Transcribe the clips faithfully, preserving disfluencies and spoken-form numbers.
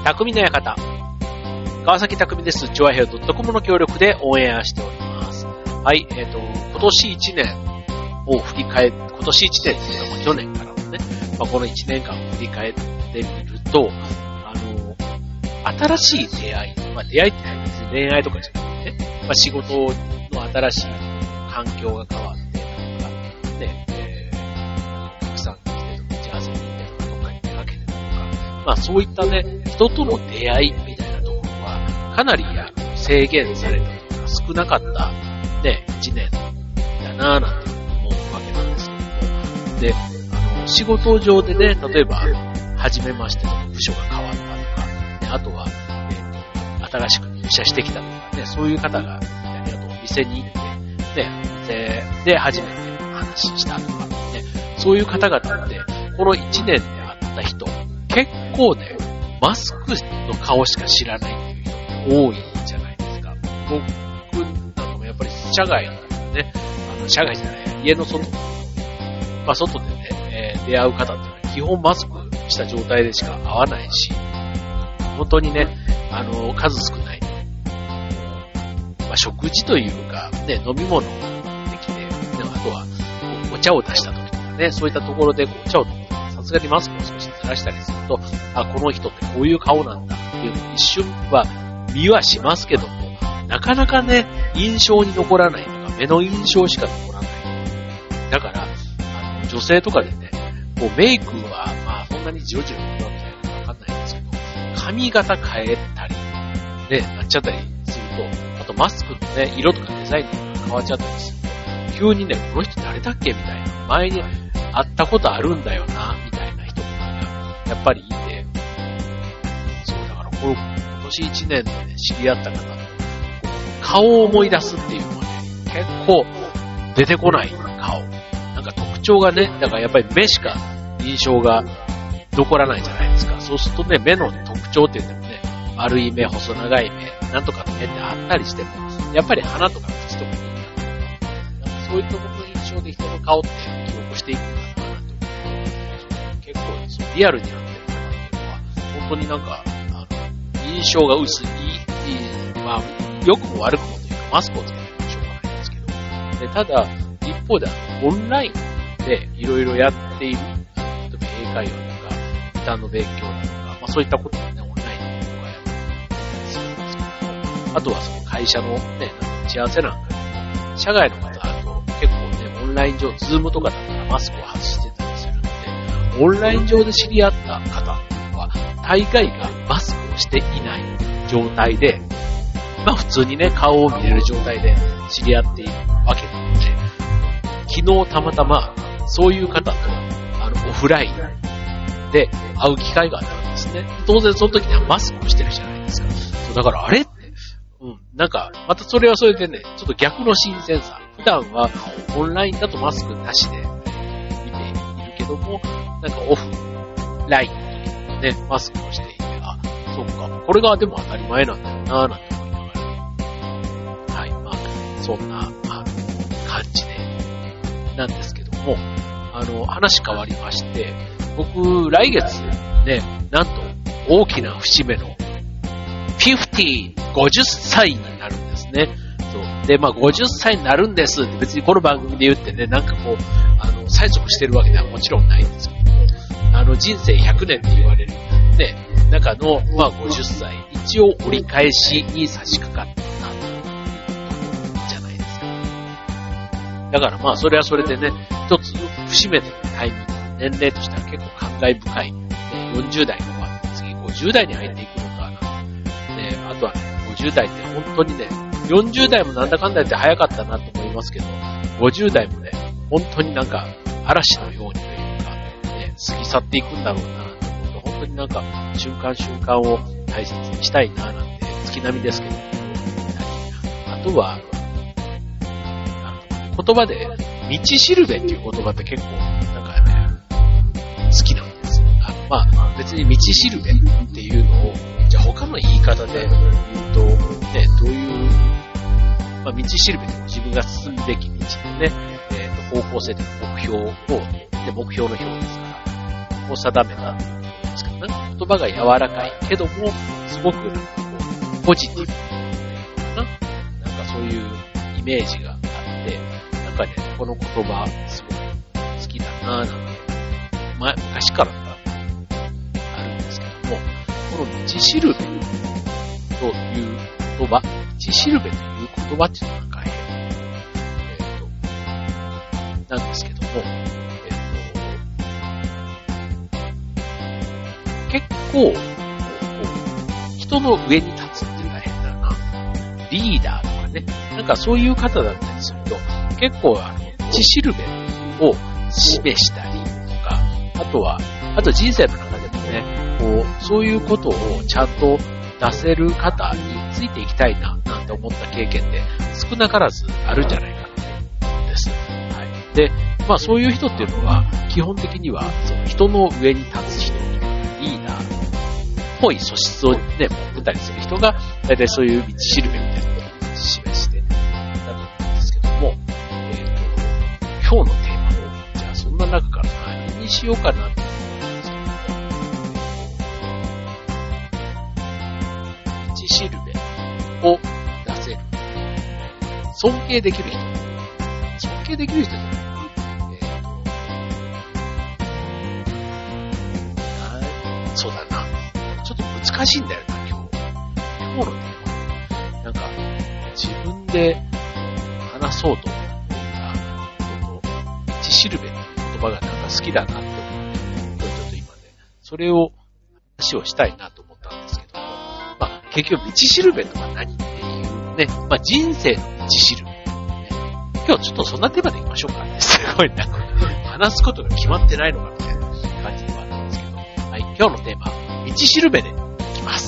匠の館。川崎匠です。チョアヘオ .com の協力でオンエアしております。はい、えっと、今年いちねんを振り返っ、今年いちねんっていうのは去年からのね、まあ、このいちねんかんを振り返ってみると、あの、新しい出会い、まあ出会いって別に恋愛とかじゃなくてね、まあ仕事の新しい環境が変わって、なんかね、えー、たくさん来てとか、打ち合わせに行ってとか、どっかに出かけてとか、まあそういったね、人との出会いみたいなところは、かなり制限されたというか、少なかったね、いちねんだなぁなんて思うわけなんですけども。で、あの、仕事上でね、例えば、初めましての部署が変わったとか、ね、あとは、えーと、新しく入社してきたとかね、そういう方が、あとお店に行って、ね、店で初めて話したとか、ね、そういう方々って、このいちねんで会った人、結構ね、マスクの顔しか知らないっていう人多いんじゃないですか。僕なんかもやっぱり社外のね、あの社外じゃない、家の外、まあ外でね、えー、出会う方っていうのは基本マスクした状態でしか会わないし、本当にね、あの、数少ない、まあ食事というか、ね、飲み物できて、ね、あとはお茶を出した時とかね、そういったところでお茶を飲むとさすがにマスクを少しずらしたりすると、あ、この人ってこういう顔なんだっていうのを一瞬は見はしますけども、なかなかね、印象に残らないとか、目の印象しか残らない。だから、あの、女性とかでね、こうメイクは、まあそんなにジロジロ見るわけじゃないかわかんないんですけど、髪型変えたり、ね、なっちゃったりすると、あとマスクのね、色とかデザインが変わっちゃったりすると、急にね、この人誰だっけみたいな、前に会ったことあるんだよな、みたいな人とかが、やっぱりいて、そう、だからこの今年いちねんでね、知り合った方と、顔を思い出すっていうのはね、結構出てこない顔。なんか特徴がね、だからやっぱり目しか印象が残らないじゃないですか。そうするとね、目の特徴って言ってもね、丸い目、細長い目、なんとかの目ってあったりしても、やっぱり鼻とか口とかに、なんかそういったものの印象で人の顔って記憶していくんだなと思って、結構そうリアルになってる方っていうのは、本当になんか、あの、印象が薄い、いい、まあ、良くも悪くもというか、マスクをつけてもしょうがないんですけど。で、ただ、一方で、オンラインでいろいろやっている、例えば英会話とか、歌の勉強だとか、まあそういったことをね、オンラインでとかやったりするんですけど、あとはその会社のね、打ち合わせなんかでも、社外の方だと結構ね、オンライン上、ズームとかだったらマスクを外してたりするので、オンライン上で知り合った方っていうのは、大概がマスクをしていない状態で、まあ普通にね、顔を見れる状態で知り合っているわけなので、昨日たまたまそういう方とあのオフラインで会う機会があったんですね。当然その時にはマスクをしてるじゃないですか。そうだからあれって、うん、なんかまたそれはそれでね、ちょっと逆の新鮮さ。普段はオンラインだとマスクなしで見ているけども、なんかオフラインの時にはね、マスクをしていて、あ、そっか、これがでも当たり前なんだよなぁなんて。そんな、あの、感じで、なんですけども、あの、話変わりまして、僕、来月、ね、なんと、大きな節目の、ごじゅう、ごじゅっさいになるんですね。そう。で、まあ、ごじゅっさいになるんですって、別にこの番組で言ってね、なんかこう、あの、催促してるわけではもちろんないんですけども、あの、人生ひゃくねんって言われる、ね、中の、まあ、ごじゅっさい、一応折り返しに差し掛かった。だからまあそれはそれでね、一つ節目のタイミング、年齢としては結構感慨深い。よんじゅう代のは次ごじゅう代に入っていくのかな。ね、あとはごじゅう代って本当にね、よんじゅう代もなんだかんだ言って早かったなと思いますけど、ごじゅう代もね、本当になんか嵐のようにというか、ね、過ぎ去っていくんだろうなと思うと、本当になんか瞬間瞬間を大切にしたいななんて月並みですけど、あとは、言葉で、道しるべっていう言葉って結構、なんかね、好きなんです。あまあ、別に道しるべっていうのを、じゃあ他の言い方で言うと、ね、どういう、まあ、道しるべって自分が進むべき道でね、えー、と方向性というか目標を、で目標の表ですから、を定めたっていうんですけど、 うな、言葉が柔らかいけども、すごくなんかこう、ポジティブっていうのかな。なんかそういうイメージがあって、なんかね、この言葉、すごく好きだなぁなんて、ま、昔からあるんですけども、この道しるべという言葉、道しるべという言葉っていうのはなんか、えっと、なんですけども、えっと、結構、人の上に立つっていう大変だな。リーダーとかね、なんかそういう方だったりすると、結構あの、道しるべを示したりとか、あとは、あと人生の中でもね、こう、そういうことをちゃんと出せる方についていきたいな、なんて思った経験って少なからずあるんじゃないかなと思うんです。はい。で、まあそういう人っていうのは、基本的には、その人の上に立つ人、リーダーっぽい素質をね、持ってたりする人が、だいたいそういう道しるべみたいなことを示して、だと思うんですけども、えっと、今日のテーマを、じゃあそんな中から何にしようかなって思うんですけど、道しるべを出せる。尊敬できる人。尊敬できる人じゃない。えっと、そうだな。ちょっと難しいんだよな、今日。今日のテーマ。なんか、自分で話そうと思っていた、この、道しるべっていう言葉がなんか好きだなって思って、ちょっと今ね、それを話をしたいなと思ったんですけども、まあ、結局道しるべとは何っていうね、まあ、人生の道しるべ、ね。今日ちょっとそんなテーマでいきましょうかね。すごいなんか、話すことが決まってないのかみたいな感じではあるんですけど、はい、今日のテーマ、道しるべでいきます。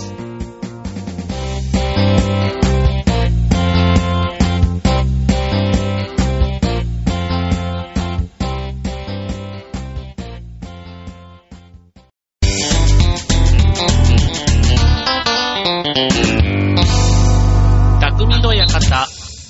匠の館。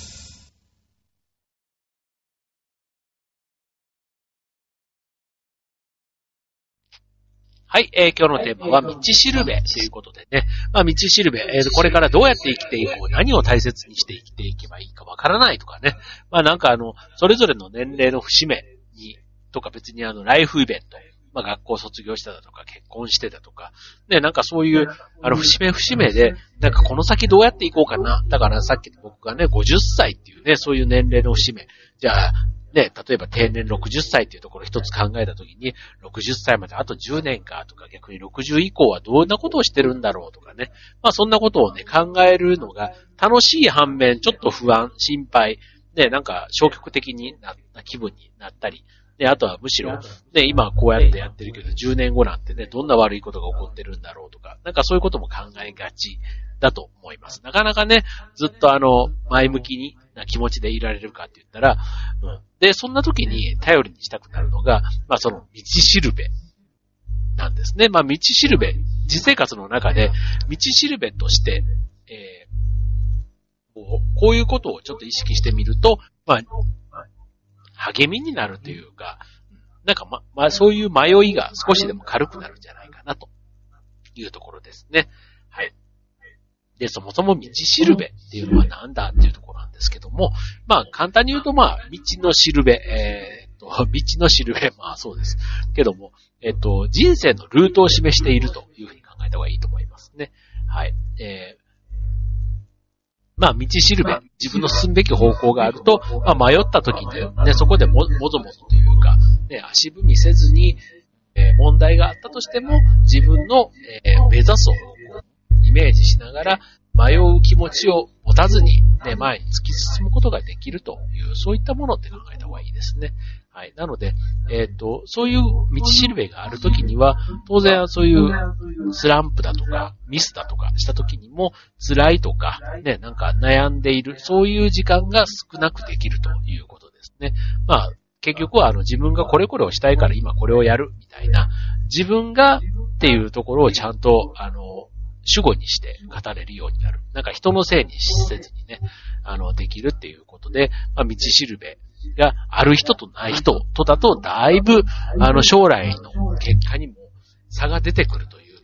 はい、えー、今日のテーマは道しるべということでね。まあ道しるべ、えー、これからどうやって生きていこう、何を大切にして生きていけばいいかわからないとかね。まあなんかあの、それぞれの年齢の節目に、とか別にあの、ライフイベント。まあ学校卒業しただとか、結婚してだとか。ね、なんかそういう、あの、節目節目で、なんかこの先どうやっていこうかな。だからさっき僕がね、ごじゅっさいっていうね、そういう年齢の節目。じゃあ、ね、例えば定年ろくじゅっさいっていうところを一つ考えたときに、ろくじゅっさいまであとじゅうねんかとか、逆にろくじゅう以降はどんなことをしてるんだろうとかね。まあそんなことをね、考えるのが楽しい反面、ちょっと不安、心配、ね、なんか消極的になった気分になったり、で、あとはむしろ、ね、今はこうやってやってるけど、じゅうねんごなんてね、どんな悪いことが起こってるんだろうとか、なんかそういうことも考えがちだと思います。なかなかね、ずっとあの、前向きにな気持ちでいられるかって言ったら、うん。で、そんな時に頼りにしたくなるのが、まあその道しるべなんですね。まあ道しるべ、実生活の中で道しるべとして、えー、こう、こういうことをちょっと意識してみると、まあ、励みになるというか、なんかま、まあそういう迷いが少しでも軽くなるんじゃないかなというところですね。はい。で、そもそも道しるべっていうのは何だっていうところなんですけども、まあ簡単に言うとまあ道のしるべ、えー、っと、道のしるべ、まあそうです。けども、えー、っと、人生のルートを示しているというふうに考えた方がいいと思いますね。はい。えーまあ、道しるべ、自分の進むべき方向があると、まあ、迷った時で、ね、そこでも、もぞもぞというか、ね、足踏みせずに、えー、問題があったとしても、自分の、えー、目指す方向、イメージしながら、迷う気持ちを持たずに、ね、前に突き進むことができるという、そういったものって考えた方がいいですね。はい。なので、えっと、そういう道しるべがあるときには、当然そういうスランプだとか、ミスだとかしたときにも、辛いとか、ね、なんか悩んでいる、そういう時間が少なくできるということですね。まあ、結局はあの自分がこれこれをしたいから今これをやるみたいな、自分がっていうところをちゃんと、あの、主語にして語れるようになる。なんか人のせいにせずにね、あの、できるっていうことで、まあ、道しるべがある人とない人とだと、だいぶ、あの、将来の結果にも差が出てくるという、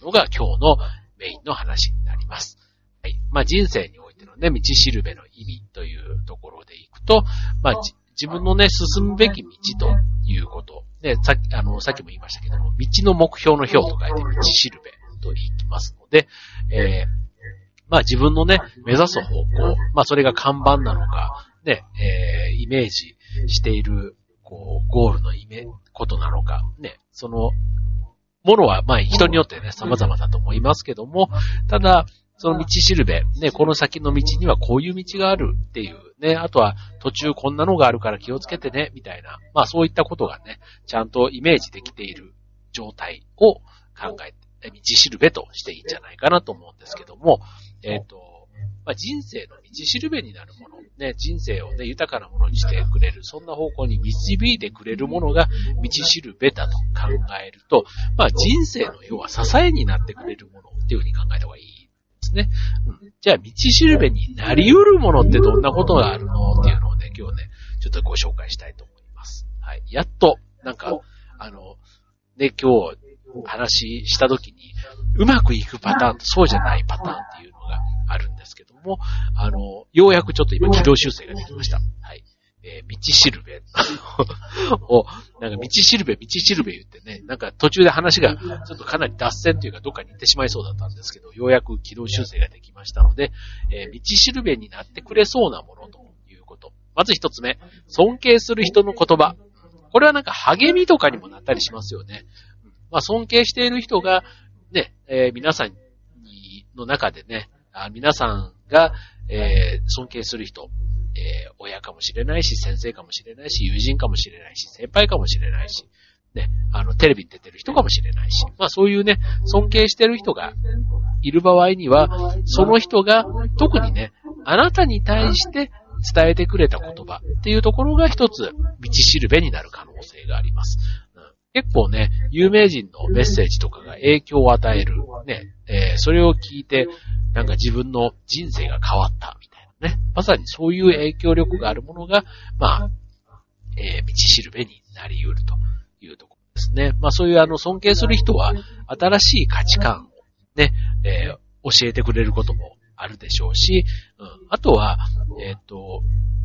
のが今日のメインの話になります。はい。まあ人生においてのね、道しるべの意味というところでいくと、まあ自分のね、進むべき道ということ。で、さっき、あの、さっきも言いましたけども、道の目標の標と書いて道しるべと言いますので、えー、まあ自分のね、目指す方向、まあそれが看板なのか、ね、えー、イメージしている、こう、ゴールのイメ、ことなのか、ね、その、ものは、まあ人によってね、様々だと思いますけども、ただ、その道しるべ、ね、この先の道にはこういう道があるっていうね、あとは途中こんなのがあるから気をつけてね、みたいな、まあそういったことがね、ちゃんとイメージできている状態を考えて、道しるべとしていいんじゃないかなと思うんですけども、えっと、まあ、人生の道しるべになるもの、ね、人生をね、豊かなものにしてくれる、そんな方向に導いてくれるものが道しるべだと考えると、まあ人生の要は支えになってくれるものっていうふうに考えた方がいいですね。うん、じゃあ道しるべになり得るものってどんなことがあるのっていうのをね、今日ね、ちょっとご紹介したいと思います。はい。やっと、なんか、あの、ね、今日話したときに、うまくいくパターンとそうじゃないパターンっていうのがあるんですけども、あの、ようやくちょっと今軌道修正ができました。はい。えー、道しるべを、なんか道しるべ、道しるべ言ってね、なんか途中で話がちょっとかなり脱線というかどっかに行ってしまいそうだったんですけど、ようやく軌道修正ができましたので、えー、道しるべになってくれそうなものということ。まず一つ目、尊敬する人の言葉。これはなんか励みとかにもなったりしますよね。まあ尊敬している人が、ね、えー、皆さんにの中でね、あ皆さんが、えー、尊敬する人、えー、親かもしれないし、先生かもしれないし、友人かもしれないし、先輩かもしれないし、ね、あの、テレビに出てる人かもしれないし、まあそういうね、尊敬してる人がいる場合には、その人が特にね、あなたに対して伝えてくれた言葉っていうところが一つ、道しるべになる可能性があります。結構ね、有名人のメッセージとかが影響を与える。ね、えー、それを聞いて、なんか自分の人生が変わったみたいなね。まさにそういう影響力があるものが、まあ、えー、道しるべになり得るというところですね。まあそういうあの尊敬する人は、新しい価値観をね、えー、教えてくれることもあるでしょうし、うん、あとは、えっと、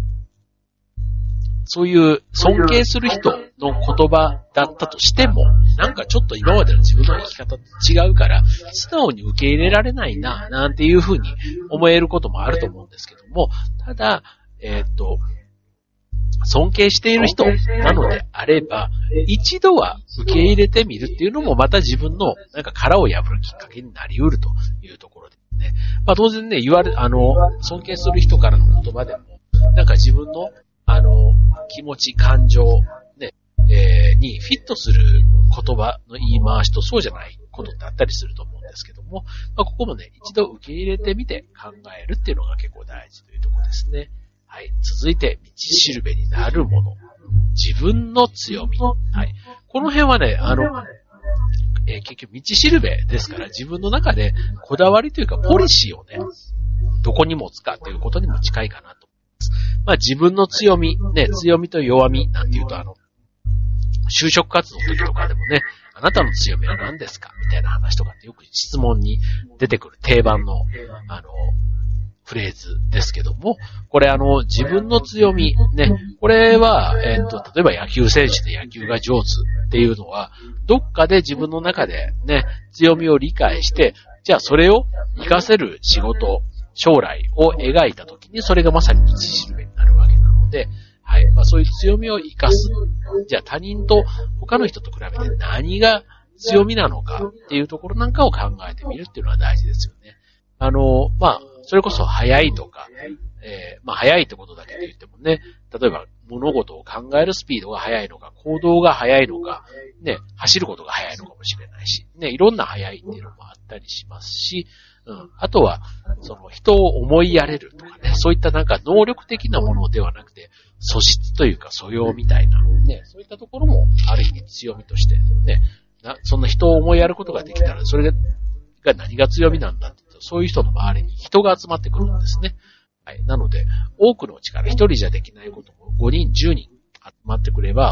そういう尊敬する人の言葉だったとしても、なんかちょっと今までの自分の生き方と違うから、素直に受け入れられないな、なんていうふうに思えることもあると思うんですけども、ただ、えっと、尊敬している人なのであれば、一度は受け入れてみるっていうのもまた自分のなんか殻を破るきっかけになり得るというところですね。まあ当然ね、言われ、あの、尊敬する人からの言葉でも、なんか自分のあの、気持ち、感情、ね、えー、にフィットする言葉の言い回しとそうじゃないことってあったりすると思うんですけども、まあ、ここもね、一度受け入れてみて考えるっていうのが結構大事というところですね。はい。続いて、道しるべになるもの。自分の強み。はい。この辺はね、あの、えー、結局道しるべですから自分の中でこだわりというかポリシーをね、どこに持つかということにも近いかなと。まあ自分の強み、ね、強みと弱みなんていうとあの、就職活動の時とかでもね、あなたの強みは何ですかみたいな話とかってよく質問に出てくる定番の、あの、フレーズですけども、これあの、自分の強み、ね、これは、えっと、例えば野球選手で野球が上手っていうのは、どっかで自分の中でね、強みを理解して、じゃあそれを活かせる仕事、将来を描いたときに、それがまさに道しるべになるわけなので、はい。まあそういう強みを活かす。じゃあ他人と他の人と比べて何が強みなのかっていうところなんかを考えてみるっていうのは大事ですよね。あの、まあ、それこそ早いとか、えー、まあ早いってことだけで言ってもね、例えば物事を考えるスピードが速いのか、行動が速いのか、ね、走ることが速いのかもしれないし、ね、いろんな速いっていうのもあったりしますし、うん。あとは、その人を思いやれるとかね、そういったなんか能力的なものではなくて、素質というか素養みたいな、ね、そういったところもある意味強みとして、ね、なそんな人を思いやることができたら、それが何が強みなんだって言うと、そういう人の周りに人が集まってくるんですね。はい。なので、多くの力、一人じゃできないこともごにん、じゅうにん集まってくれば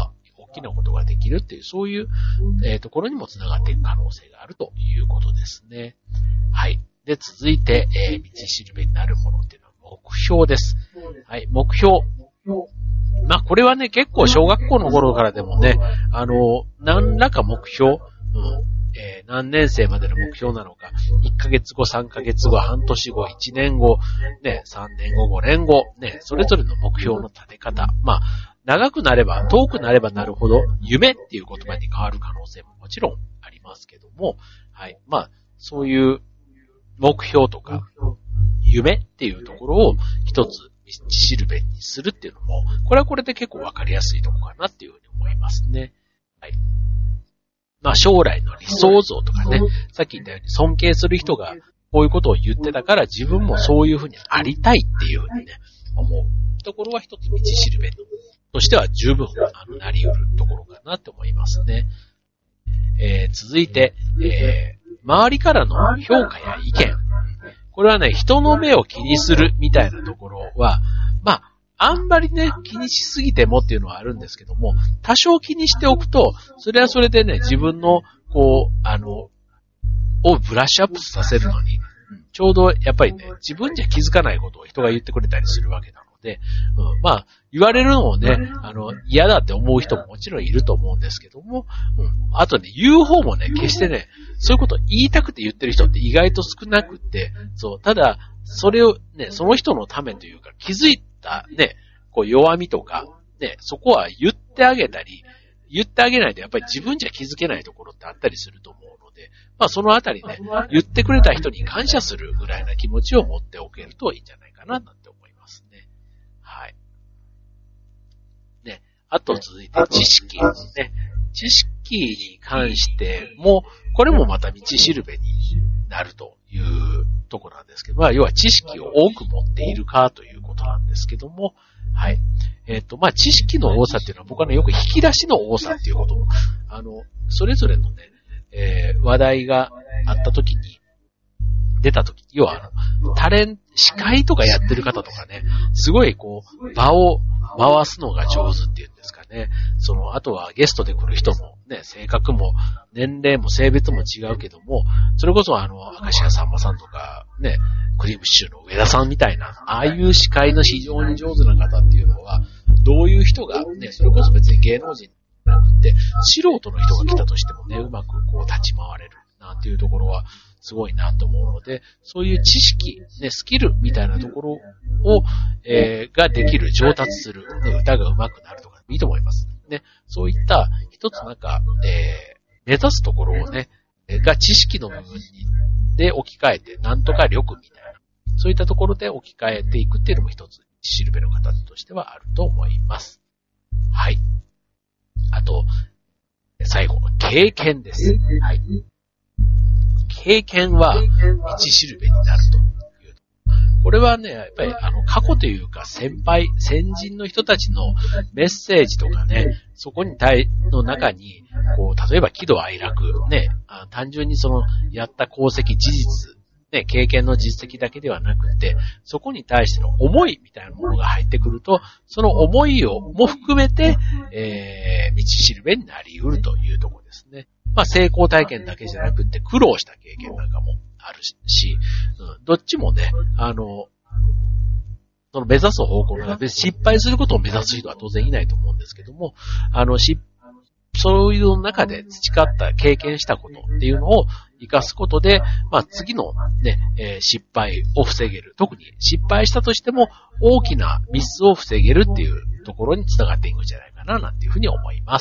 大きなことができるっていう、そういう、えー、ところにもつながっていく可能性があるということですね。はい。で、続いて、えー、道しるべになるものっていうのは目標です。はい、目標。まあ、これはね、結構小学校の頃からでもね、あの、何らか目標、うん、えー、何年生までの目標なのか、いっかげつご、さんかげつご、半年後、いちねんご、ね、さんねんご、ごねんご、ね、それぞれの目標の立て方。まあ、長くなれば、遠くなればなるほど、夢っていう言葉に変わる可能性ももちろんありますけども、はい。まあ、そういう目標とか、夢っていうところを一つ道しるべにするっていうのも、これはこれで結構わかりやすいところかなっていうふうに思いますね。はい。まあ将来の理想像とかね、さっき言ったように尊敬する人がこういうことを言ってたから自分もそういうふうにありたいっていうふうにね、思うところは一つ道しるべとしては十分あのなり得るところかなって思いますね。えー、続いて、えー、周りからの評価や意見。これはね、人の目を気にするみたいなところは、まあ、あんまりね、気にしすぎてもっていうのはあるんですけども、多少気にしておくと、それはそれでね、自分の、こう、あの、をブラッシュアップさせるのに、ちょうどやっぱりね、自分じゃ気づかないことを人が言ってくれたりするわけなので、うん、まあ、言われるのをね、あの、嫌だって思う人ももちろんいると思うんですけども、うん、あとね、言う方もね、決してね、そういうことを言いたくて言ってる人って意外と少なくって、そう、ただ、それをね、その人のためというか、気づいたね、こう弱みとか、ね、そこは言ってあげたり、言ってあげないとやっぱり自分じゃ気づけないところってあったりすると思うので、まあそのあたりね、言ってくれた人に感謝するぐらいな気持ちを持っておけるといいんじゃないかななんて思いますね。はい。ね、あと続いて知識ですね。知識に関しても、これもまた道しるべになるというところなんですけど、まあ要は知識を多く持っているかということなんですけども、はい。えっと、まあ、知識の多さっていうのは僕はね、よく引き出しの多さっていうことを、あの、それぞれのね、えー、話題があった時に、出た時、要はあの、タレント、司会とかやってる方とかね、すごいこう、場を回すのが上手っていうんですかね。その、あとはゲストで来る人もね、性格も年齢も性別も違うけども、それこそあの、明石家さんまさんとか、ね、クリームシチューの上田さんみたいな、ああいう司会の非常に上手な方っていうのは、どういう人が、ね、それこそ別に芸能人じゃなくて、素人の人が来たとしてもね、うまくこう立ち回れるなんていうところは、すごいなと思うので、そういう知識、ね、スキルみたいなところを、えー、ができる、上達する、ね、歌が上手くなるとかいいと思います。ね、そういった一つなんか、えー、目指すところをね、が知識の部分にで置き換えて、なんとか力みたいな、そういったところで置き換えていくっていうのも一つ、しるべの形としてはあると思います。はい。あと、最後、経験です。はい。経験は道しるべになるという。これはね、やっぱりあの過去というか先輩、先人の人たちのメッセージとかね、そこに対の中に、こう、例えば喜怒哀楽、ね、あ単純にそのやった功績、事実、ね、経験の実績だけではなくて、そこに対しての思いみたいなものが入ってくると、その思いをも含めて、えー、道しるべになり得るというところですね。まあ成功体験だけじゃなくて苦労した経験なんかもあるし、うん、どっちもね、あの、その目指す方向の別に失敗することを目指す人は当然いないと思うんですけども、あの、し、そういう中で培った経験したことっていうのを活かすことで、まあ次のね、えー、失敗を防げる。特に失敗したとしても大きなミスを防げるっていうところにつながっていくんじゃないかななんていうふうに思います。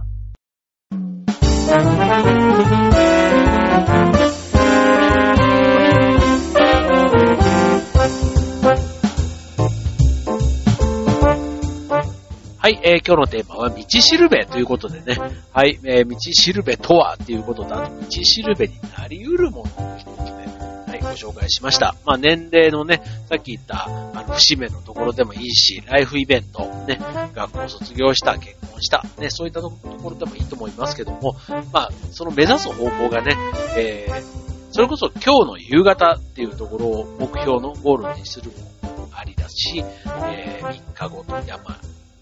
はい、えー、今日のテーマは道しるべということでね、はい、えー、道しるべとはっていうことと、あと道しるべになり得るものの一つで、はい、ご紹介しました。まあ年齢のね、さっき言ったあの節目のところでもいいし、ライフイベント、ね、学校卒業した、結婚した、ね、そういったところでもいいと思いますけども、まあその目指す方向がね、えー、それこそ今日の夕方っていうところを目標のゴールにするもありだし、えー、みっかごと、いやまあみっか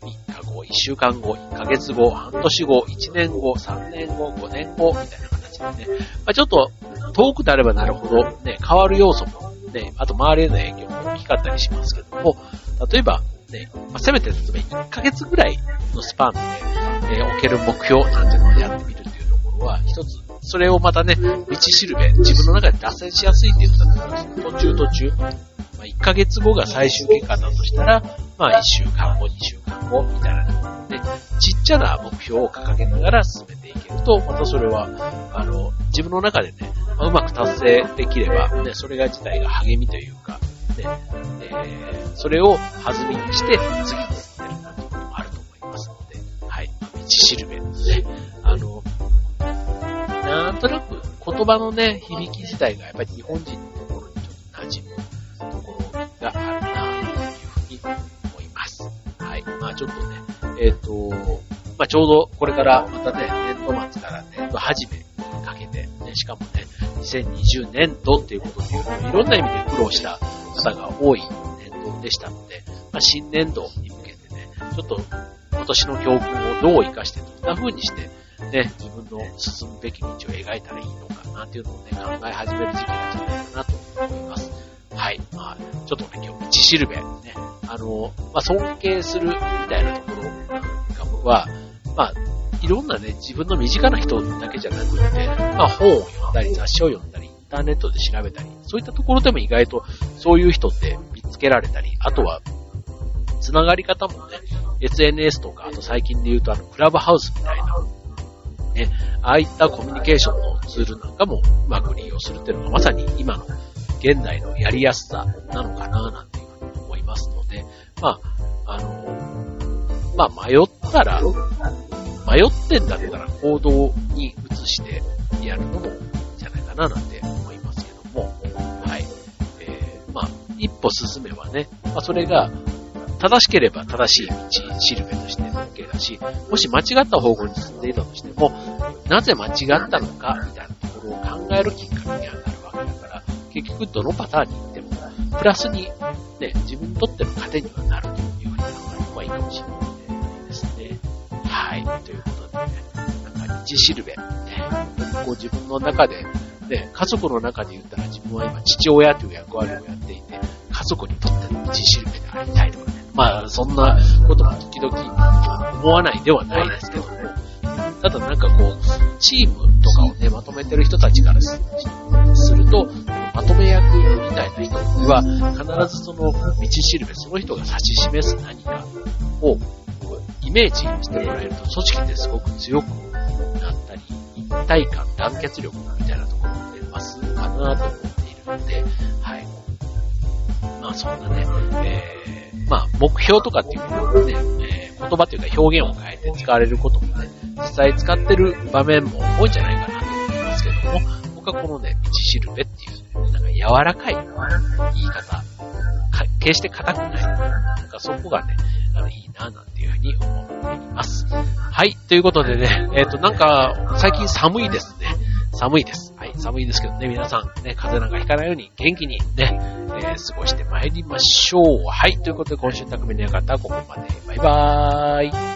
こう、いっしゅうかんご、いっかげつご、半年後、いちねんご、さんねんご、ごねんご、みたいな形でね、まあ、ちょっと遠くなればなるほどね、変わる要素もね、あと周りへの影響も大きかったりしますけども、例えばね、まあ、せめて例えばいっかげつぐらいのスパンで、えー、置ける目標なんていうのをやってみるっていうところは、一つ、それをまたね、道しるべ、自分の中で脱線しやすいっていうのが途中途中、まあ、いっかげつごが最終結果だとしたら、まあいっしゅうかんご、にしゅうかんごみたいなところで、ね、ちっちゃな目標を掲げながら進めていけると、またそれは、あの、自分の中でね、まあ、うまく達成できれば、ね、それが自体が励みというか、ね、えー、それを弾みにして次に進んでるなんていうこともあると思いますので、はい、道しるべですね。あの、なんとなく言葉のね、響き自体がやっぱり日本人のところにちょっと馴染むところがあるなというふうに思います。はい。まあちょっとね、えっと、まあちょうどこれからまたね、年度末から年度始めにかけて、ね、しかもね、にせんにじゅうねんどっていうことでいうと、いろんな意味で苦労した方が多い年度でしたので、まあ、新年度に向けてね、ちょっと今年の教訓をどう活かして、どんな風にして、ね、自分の進むべき道を描いたらいいのかなっていうのをね、考え始める時期なんじゃないかなと思います。はい。まあ、ちょっとね、今日道しるべ、ね、あの、まあ、尊敬するみたいなところは、まあ、いろんなね、自分の身近な人だけじゃなくって、まあ、本を読んだり、雑誌を読んだり、インターネットで調べたり、そういったところでも意外とそういう人って見つけられたり、あとは、つながり方もね、エスエヌエス とか、あと最近で言うとあの、クラブハウスみたいな、ね、ああいったコミュニケーションのツールなんかもうまく利用するっていうのがまさに今の現代のやりやすさなのかななんていうふうに思いますので、まあ、あの、まあ迷ったら、迷ってんだったら行動に移してやるのもいいんじゃないかななんて思いますけども、はい。えー、まあ、一歩進めばね、まあそれが正しければ正しい道しるべとして OK だし、もし間違った方向に進んでいたとしても、なぜ間違ったのかみたいなところを考えるきっかけにはなるわけだから、結局どのパターンに行っても、プラスにね、自分にとっての糧にはなるというふうに考える方がいいかもしれないですね。はい。ということでね、なんか道しるべ、ね、こう自分の中で、ね、家族の中で言ったら自分は今父親という役割をやっていて、家族にとっての道しるべでありたいとかね。まあ、そんなことも時々思わないではないですけども、ただなんかこう、チームとかをね、まとめてる人たちからすると、まとめ役みたいな人には、必ずその道しるべ、その人が指し示す何かをイメージしてもらえると、組織ってすごく強くなったり、一体感、団結力みたいなところで増すかなと思っているので、はい。まあそんなね、えー、まあ目標とかっていうのをね、えー、言葉というか表現を変えて使われることもね、実際使ってる場面も多いんじゃないかなと思いますけども、僕はこのね、道しるべっていう、なんか柔らかい言い方、決して硬くない、なんかそこがね、あのいいななんていうふうに思っています。はい、ということでね、えっとなんか最近寒いですね。寒いです。はい、寒いですけどね、皆さんね、風邪なんかひかないように元気にね、えー、過ごしてまいりましょう。はい、ということで今週匠の館はここまで。バイバーイ。